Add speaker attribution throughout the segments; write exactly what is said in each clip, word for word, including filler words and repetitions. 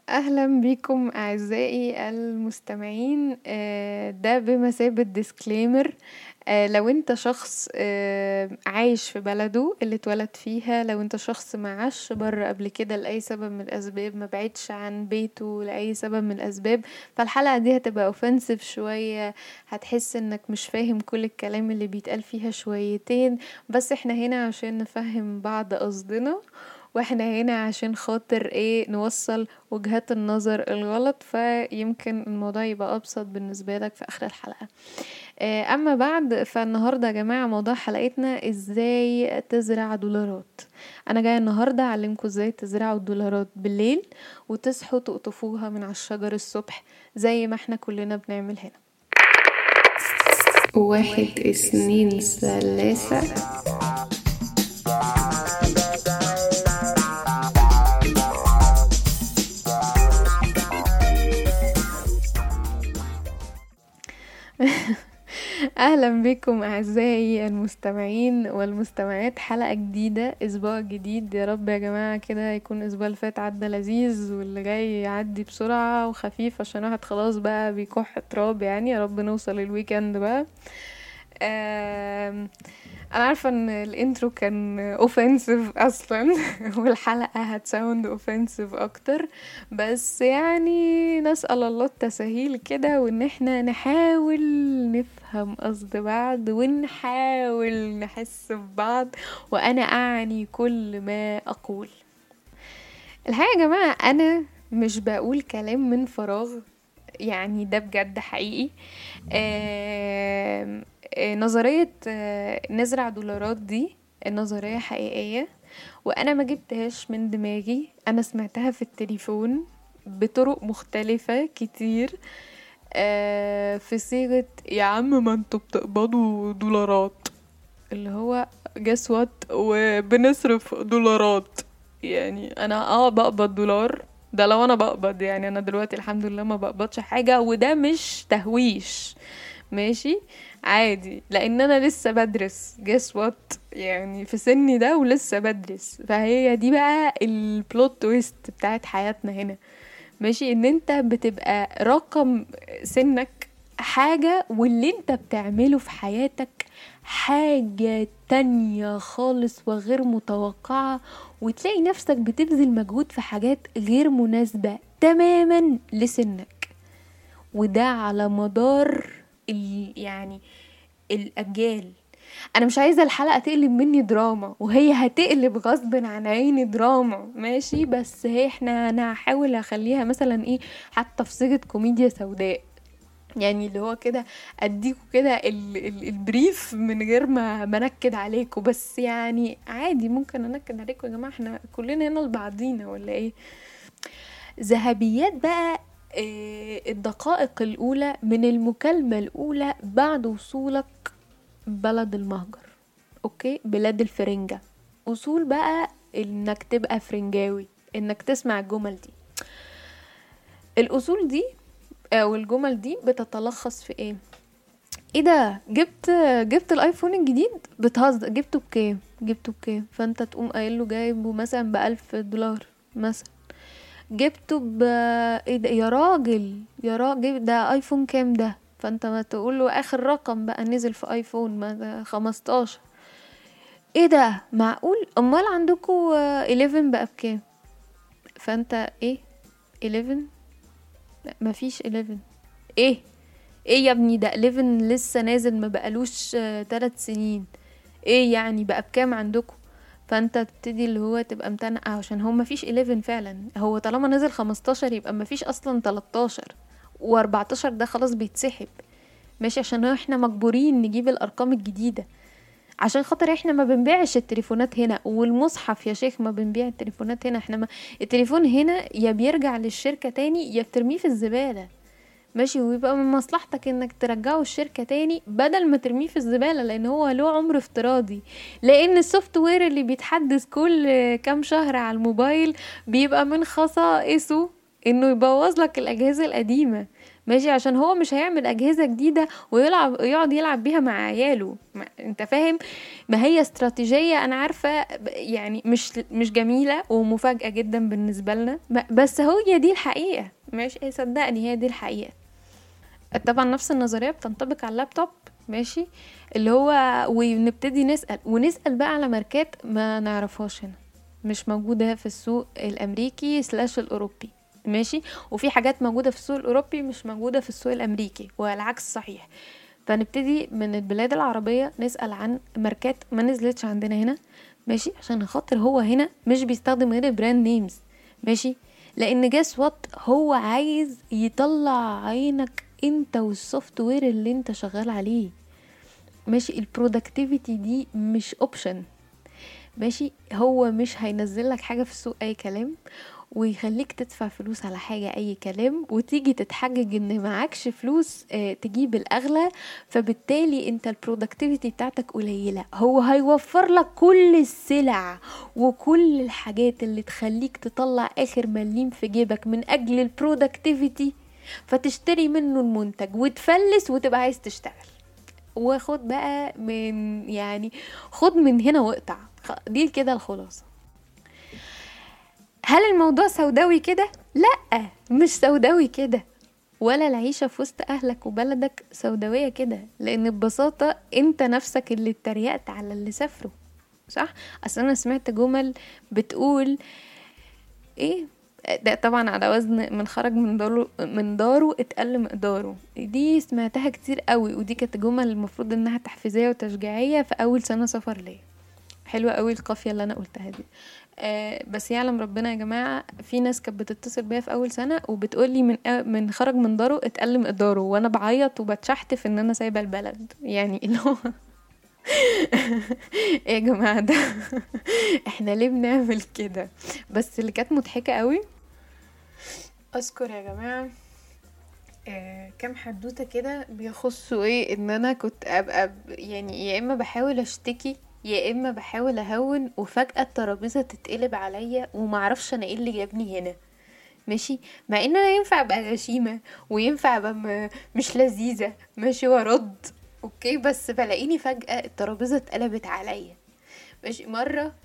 Speaker 1: اهلا بكم اعزائي المستمعين. آه، ده بمثابة ديسكليمر. لو انت شخص آه، عايش في بلده اللي اتولد فيها، لو انت شخص ما عاش بره قبل كده لأي سبب من الاسباب، ما بعدش عن بيته لأي سبب من الاسباب، فالحلقة دي هتبقى اوفنسيف شوية. هتحس انك مش فاهم كل الكلام اللي بيتقال فيها شويتين، بس احنا هنا عشان نفهم بعض قصدنا، واحنا هنا عشان خاطر ايه نوصل وجهات النظر الغلط، فيمكن الموضوع يبقى ابسط بالنسبة لك في اخر الحلقة. آه، اما بعد فالنهاردة يا جماعة موضوع حلقتنا ازاي تزرع دولارات. انا جاية النهاردة اعلمكم ازاي تزرعوا الدولارات بالليل وتصحوا تقطفوها من على الشجر الصبح زي ما احنا كلنا بنعمل هنا. واحد اثنين ثلاثة. اهلا بكم اعزائي المستمعين والمستمعات، حلقة جديدة، اسبوع جديد. يا رب يا جماعة كده يكون الاسبوع اللي فات عدى لذيذ واللي جاي يعدي بسرعة وخفيف، عشان واحد خلاص بقى بيكح تراب. يعني يا رب نوصل الويكند بقى. آم، انا عارفه ان الانترو كان اوفنسيف اصلا والحلقه هتساوند اوفنسيف اكتر، بس يعني نسأل الله التسهيل كده، وان احنا نحاول نفهم قصد بعض ونحاول نحس ببعض، وانا اعني كل ما اقول. الحقيقه يا جماعه انا مش بقول كلام من فراغ، يعني ده بجد حقيقي. آم، آه، نظرية آه، نزرع دولارات دي النظرية حقيقية، وانا ما جبتهاش من دماغي، انا سمعتها في التليفون بطرق مختلفة كتير. آه، في صيغة يا عم ما انتوا بتقبضوا دولارات، اللي هو guess what، وبنصرف دولارات. يعني انا اه بقبض دولار، ده لو انا بقبض. يعني انا دلوقتي الحمد لله ما بقبضش حاجة، وده مش تهويش، ماشي، عادي، لان انا لسه بدرس guess what، يعني في سني ده ولسه بدرس. فهي دي بقى البلوت تويست بتاعت حياتنا هنا، ماشي، ان انت بتبقى رقم سنك حاجة، واللي انت بتعمله في حياتك حاجة تانية خالص وغير متوقعة، وتلاقي نفسك بتبذل مجهود في حاجات غير مناسبة تماما لسنك. وده على مدار ال يعني الأجيال. انا مش عايزه الحلقه تقلب مني دراما، وهي هتقلب غصب عن عيني دراما، ماشي، بس هي احنا انا هحاول اخليها مثلا ايه، حتى في صيغه كوميديا سوداء، يعني اللي هو كده اديكوا كده ال- ال- البريف من غير ما منكد عليكم. بس يعني عادي ممكن انكد عليكم يا جماعه، احنا كلنا هنا لبعضينا ولا ايه؟ ذهبيات بقى. آه، الدقائق الاولى من المكالمه الاولى بعد وصولك بلد المهجر، اوكي، بلاد الفرنجة. اصول بقى انك تبقى فرنجاوي، انك تسمع الجمل دي. الاصول دي او الجمل دي بتتلخص في ايه؟ ايه ده، جبت جبت الايفون الجديد؟ بتهزر، جبته بكام؟ جبته بكام؟ فانت تقوم قايل له جايبه مثلا بألف دولار مثلا. جبته ب ايه ده يا راجل، يا راجل ده ايفون كام ده؟ فانت ما تقول له اخر رقم بقى نزل في ايفون ما ده خمستاشر. ايه ده معقول؟ امال عندكوا احداشر بقى بكام؟ فانت ايه احداشر؟ لا مفيش احداشر. ايه ايه يا ابني، ده احداشر لسه نازل ما بقالوش ثلاث سنين. ايه يعني بقى بكام عندكوا؟ فانت تبتدي اللي هو تبقى متنقع، عشان هو مفيش احداشر فعلا. هو طالما نزل خمستاشر يبقى مفيش اصلا تلتاشر، و14 ده خلاص بيتسحب، ماشي، عشان هو احنا مجبورين نجيب الارقام الجديدة، عشان خاطر احنا ما بنبيعش التليفونات هنا، والمصحف يا شيخ ما بنبيع التليفونات هنا. احنا ما التليفون هنا يا بيرجع للشركة تاني يا بترميه في الزبالة، ماشي، ويبقى من مصلحتك انك ترجعه الشركة تاني بدل ما ترميه في الزبالة، لان هو له عمر افتراضي. لان السوفت وير اللي بيتحدث كل كام شهر على الموبايل بيبقى من خصائصه انه يبوظ لك الاجهزة القديمة، ماشي، عشان هو مش هيعمل اجهزة جديدة ويلعب يقعد يلعب بيها مع عياله. ما انت فاهم، ما هي استراتيجية انا عارفة يعني مش مش جميلة ومفاجأة جدا بالنسبة لنا، بس هي دي الحقيقة. ماشي صدقني هي دي الحقيقة. طبعا نفس النظرية بتنطبق على اللابتوب. ماشي، اللي هو ونبتدي نسأل ونسأل بقى على ماركات ما نعرفهاش هنا، مش موجودة في السوق الامريكي سلاش الاوروبي. ماشي، وفي حاجات موجودة في السوق الاوروبي مش موجودة في السوق الامريكي والعكس صحيح. فنبتدي من البلاد العربية نسأل عن ماركات ما نزلتش عندنا هنا. ماشي، عشان خاطر هو هنا مش بيستخدم غير البراند نيمز. ماشي، لان جاس وات هو عايز يطلع عينك انت والسوفت وير اللي انت شغال عليه. ماشي، البرودكتيفيتي دي مش اوبشن. ماشي، هو مش هينزل لك حاجة في السوق اي كلام ويخليك تدفع فلوس على حاجة اي كلام وتيجي تتحجج ان معكش فلوس اه تجيب الاغلى، فبالتالي انت البرودكتيفيتي بتاعتك قليلة. هو هيوفر لك كل السلع وكل الحاجات اللي تخليك تطلع اخر مليم في جيبك من اجل البرودكتيفيتي، فتشتري منه المنتج وتفلس وتبقى عايز تشتغل. وخد بقى من يعني خد من هنا واقطع. دي كده الخلاصة. هل الموضوع سوداوي كده؟ لا، مش سوداوي كده، ولا العيشة في وسط اهلك وبلدك سوداوية كده، لان ببساطة انت نفسك اللي اتريقت على اللي سافروا. صح؟ اصلا انا سمعت جمل بتقول ايه، ده طبعا على وزن من خرج من داره من داره اتقل مقداره. دي سمعتها كتير قوي، ودي كانت جمل المفروض انها تحفيزيه وتشجيعيه في اول سنه سفر ليا. حلوه قوي القافيه اللي انا قلتها دي. آه بس يعلم ربنا يا جماعه، في ناس كانت بتتصل بيا في اول سنه وبتقولي من من خرج من داره اتقل مقداره، وانا بعيط وبتشحتف ان انا سايبه البلد. يعني اللي هو ايه يا جماعه ده؟ احنا ليه بنعمل كده؟ بس اللي كانت مضحكه قوي، اذكر يا جماعه آه كام حدوته كده بيخصوا ايه، ان انا كنت ابقى ب- يعني يا اما بحاول اشتكي يا اما بحاول اهون، وفجاه الترابيزه تتقلب عليا ومعرفش انا ايه اللي جابني هنا. ماشي، مع ان انا ينفع ابقى غشيمه وينفع ابقى م- مش لذيذه. ماشي، وارد اوكي، بس بلاقيني فجاه الترابيزه اتقلبت عليا. مش مرة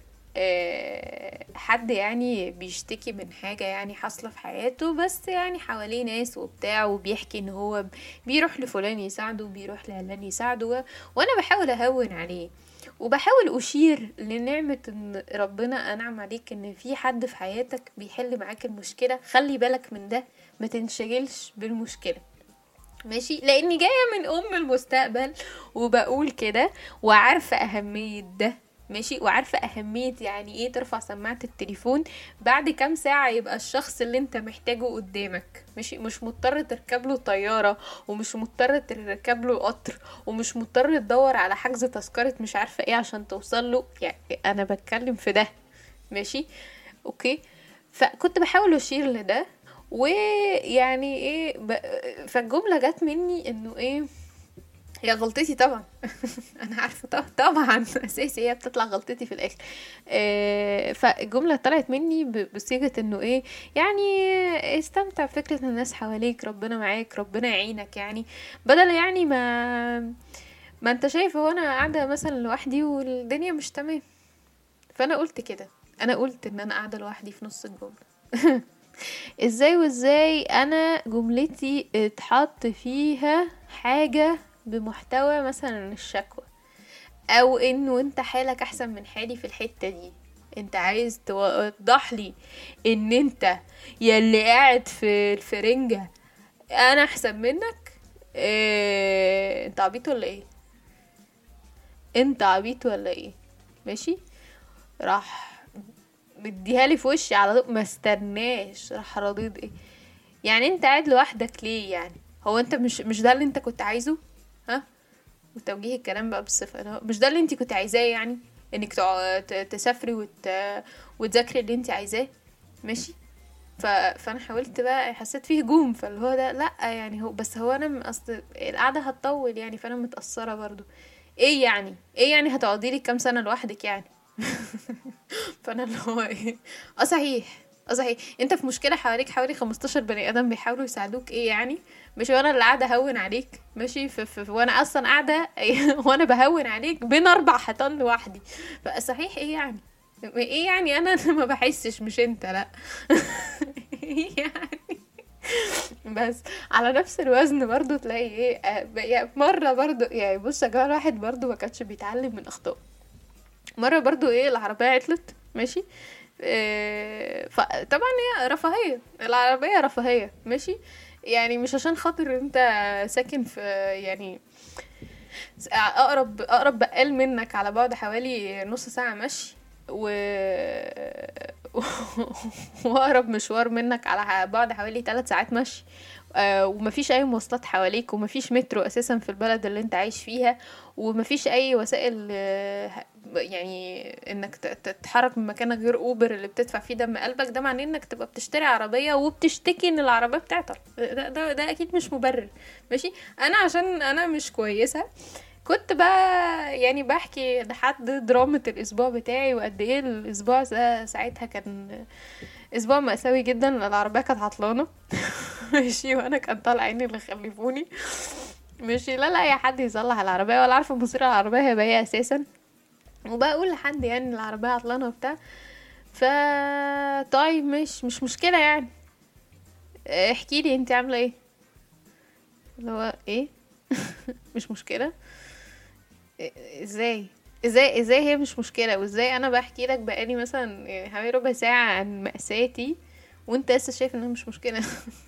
Speaker 1: آه، حد يعني بيشتكي من حاجة يعني حاصلة في حياته، بس يعني حواليه ناس وبتاع، وبيحكي ان هو بيروح لفلان يساعده وبيروح لعلان يساعده و- وانا بحاول اهون عليه وبحاول اشير لنعمة ان ربنا انعم عليك ان في حد في حياتك بيحل معاك المشكلة. خلي بالك من ده، ما تنشغلش بالمشكلة. ماشي، لاني جاية من ام المستقبل وبقول كده وعارفة اهمية ده. ماشي، وعارفة اهمية يعني ايه ترفع سماعة التليفون بعد كام ساعة يبقى الشخص اللي انت محتاجه قدامك. ماشي، مش مضطر تركب له طيارة ومش مضطر تركب له قطر ومش مضطر تدور على حجز تذكرة مش عارفة ايه عشان توصل له. يعني انا بتكلم في ده. ماشي اوكي، فكنت بحاول اشير لده ويعني ايه ب... فالجملة جت مني انه ايه، هي غلطتي طبعا. انا عارفة طبعا, طبعا اساسي هي بتطلع غلطتي في الاخر. إيه، فالجملة طلعت مني ب- بصيغة انه ايه، يعني استمتع بفكرة ان الناس حواليك، ربنا معاك، ربنا يعينك. يعني بدل يعني ما ما انت شايف هو انا قاعدة مثلا لوحدي والدنيا مش تمام. فانا قلت كده، انا قلت ان انا قاعدة لوحدي في نص الجملة. ازاي وازاي انا جملتي اتحط فيها حاجة بمحتوى مثلا الشكوى، او انه انت حالك احسن من حالي في الحتة دي، انت عايز توضح لي ان انت يلي قاعد في الفرنجة انا احسن منك. إيه انت عبيط ولا ايه؟ انت عبيط ولا ايه؟ ماشي، راح مديها لي في وشي على طول، ما استناش، راح رضيت ايه يعني انت قاعد لوحدك ليه؟ يعني هو انت مش مش ده اللي انت كنت عايزه؟ ها، وتوجيه الكلام بقى بالصفة ده، مش ده اللي انت كنت عايزاه؟ يعني انك تع- ت- تسافري وت... وتذاكري اللي انت عايزاه. ماشي، ف... فانا حاولت بقى، حسيت فيه هجوم، فاللي هو ده لا يعني هو بس هو انا م- اصل القعده هتطول يعني، فانا متاثره برضو. ايه يعني ايه يعني هتقعدي لي كام سنه لوحدك يعني؟ فانا اللي هو ايه، اه صحيح، اه صحيح، انت في مشكله حواليك حوالي خمستاشر بني ادم بيحاولوا يساعدوك، ايه يعني؟ مش وانا اللي قاعده اهون عليك ماشي، في في وانا اصلا قاعده وانا بهون عليك بين اربع حيطان لوحدي. فصحيح ايه يعني؟ ايه يعني انا اللي ما بحسش مش انت؟ لا. ايه يعني؟ بس على نفس الوزن برضو تلاقي ايه، آه، يعني مرة برضو، يعني بص يا جماعة، الواحد برضو ما كانش بيتعلم من اخطائه. مرة برضو ايه، العربية عطلت ماشي، إيه، فطبعا هي رفاهية، العربية رفاهية ماشي، يعني مش عشان خاطر انت ساكن في يعني اقرب اقرب بقال منك على بعد حوالي نص ساعة مشي، و واقرب مشوار منك على بعد حوالي ثلاث ساعات مشي، آه، ومفيش اي مواصلات حواليك، ومفيش مترو اساسا في البلد اللي انت عايش فيها، ومفيش اي وسائل آه، يعني انك ت- ت- تتحرك من مكانك غير اوبر اللي بتدفع فيه دم قلبك، ده معناه انك تبقى بتشتري عربية وبتشتكي ان العربية بتعطل. ده, ده, ده اكيد مش مبرر ماشي. انا عشان انا مش كويسة، كنت بقى يعني بحكي لحد درامة الاسبوع بتاعي، وقد ايه الاسبوع ده ساعتها كان اسبوع مأساوي جدا. العربية كانت عطلانة ماشي، وانا كان طالع عيني اللي خلفوني ماشي، لا لا اي حد يصلح العربية، ولا عارفة مصير العربية هيبقى ايه اساسا، وبقول لحد يعني العربية عطلانة وبتاع. ف طيب مش مش مشكلة يعني، احكي لي انت عاملة ايه؟ اللي هو ايه؟ مش مشكلة؟ إيه- ازاي؟ ازاي ازاي هي مش مشكلة؟ وازاي انا بحكي لك بقالي مثلا يعني حوالي ربع ساعة عن مأساتي وانت لسه شايف انها مش مشكلة؟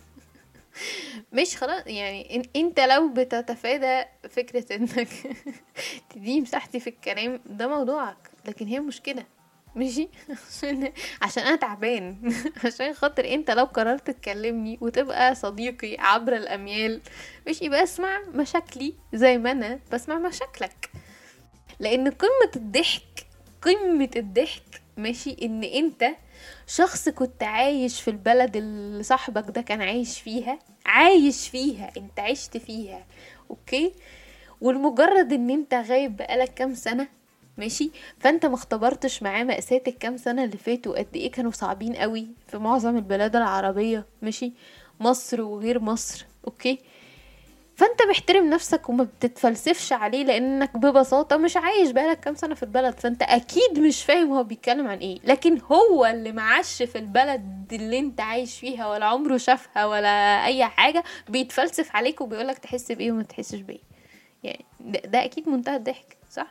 Speaker 1: مش خلاص يعني، إن انت لو بتتفادى فكرة انك تدي مساحتي في الكلام ده موضوعك، لكن هي مشكلة ماشي. عشان عشان انا تعبان عشان خاطر انت لو قررت تكلمني وتبقى صديقي عبر الاميال ماشي، يبقى اسمع مشاكلي زي ما انا بسمع مشاكلك. لان قمة الضحك، قمة الضحك ماشي، ان انت شخص كنت عايش في البلد اللي صاحبك ده كان عايش فيها، عايش فيها، انت عشت فيها اوكي، والمجرد ان انت غايب بقالك كام سنة ماشي، فانت ما اختبرتش معاه مأساة الكام سنة اللي فاتوا قد ايه كانوا صعبين قوي في معظم البلاد العربية ماشي، مصر وغير مصر اوكي. فانت محترم نفسك وما بتتفلسفش عليه، لانك ببساطة مش عايش بقالك كام سنة في البلد، فانت اكيد مش فاهم هو بيتكلم عن ايه. لكن هو اللي معاش في البلد اللي انت عايش فيها، ولا عمره شافها ولا اي حاجة، بيتفلسف عليك وبيقولك تحس بايه وما تحسش بايه. يعني ده, ده اكيد منتهى الضحك صح.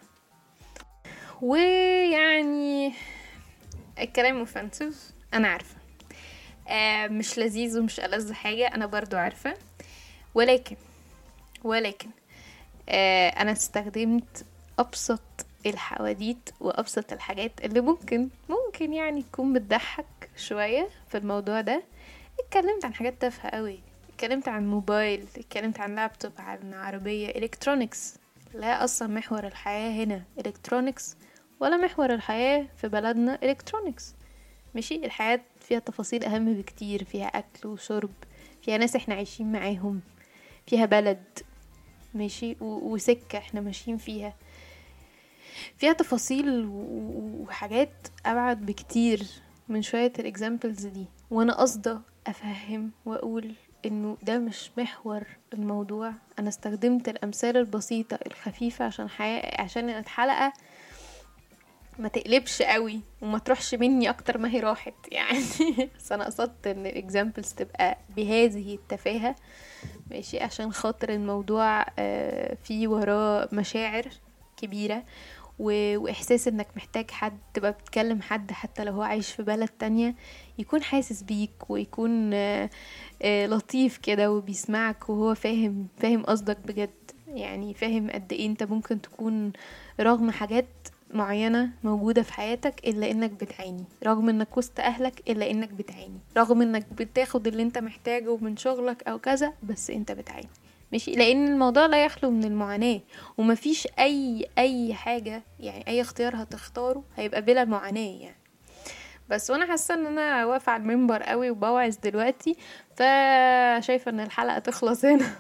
Speaker 1: ويعني الكلام مفنسف انا عارفة، آه مش لذيذ ومش ألذ حاجة، انا برضو عارفة، ولكن ولكن آه انا استخدمت ابسط الحواديت وابسط الحاجات اللي ممكن ممكن يعني تكون بتضحك شوية في الموضوع ده. اتكلمت عن حاجات تافهة قوي، اتكلمت عن موبايل، اتكلمت عن لابتوب، عن عربية الكترونيكس. لا اصلا محور الحياة هنا الكترونيكس، ولا محور الحياة في بلدنا الكترونيكس ماشي. الحياة فيها تفاصيل اهم بكتير، فيها اكل وشرب، فيها ناس احنا عايشين معاهم، فيها بلد ماشي، و- وسكة احنا ماشيين فيها، فيها تفاصيل و- وحاجات ابعد بكتير من شوية الاكزامبلز دي. وانا قصده افهم واقول انه ده مش محور الموضوع. انا استخدمت الامثال البسيطة الخفيفة عشان حياة، عشان الحلقة ما تقلبش قوي وما تروحش مني اكتر ما هي راحت يعني. بس انا قصدت ان الاكزامبلز تبقى بهذه التفاهة ماشي، عشان خاطر الموضوع آه، فيه وراه مشاعر كبيرة، و... واحساس انك محتاج حد تبقى بتكلم حد حتى لو هو عايش في بلد تانية، يكون حاسس بيك ويكون آه، آه، لطيف كده وبيسمعك، وهو فاهم فاهم قصدك بجد، يعني فاهم قد ايه انت ممكن تكون رغم حاجات معينة موجودة في حياتك إلا إنك بتعاني، رغم إنك وسط أهلك إلا إنك بتعاني، رغم إنك بتاخد اللي إنت محتاجه من شغلك أو كذا، بس إنت بتعاني ماشي. لأن الموضوع لا يخلو من المعاناة، ومفيش أي أي حاجة يعني أي اختيار هتختاره هيبقى بلا معاناة يعني. بس وانا حاسه ان انا واقفه على المنبر قوي وبوعظ دلوقتي، فشايفه ان الحلقه تخلص هنا.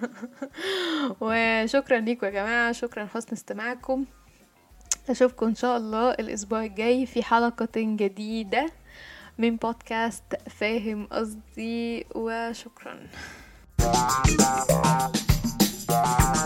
Speaker 1: وشكرا ليكم يا جماعه، شكرا لحسن استماعكم. اشوفكم ان شاء الله الاسبوع الجاي في حلقة جديدة من بودكاست فاهم قصدي، وشكرا.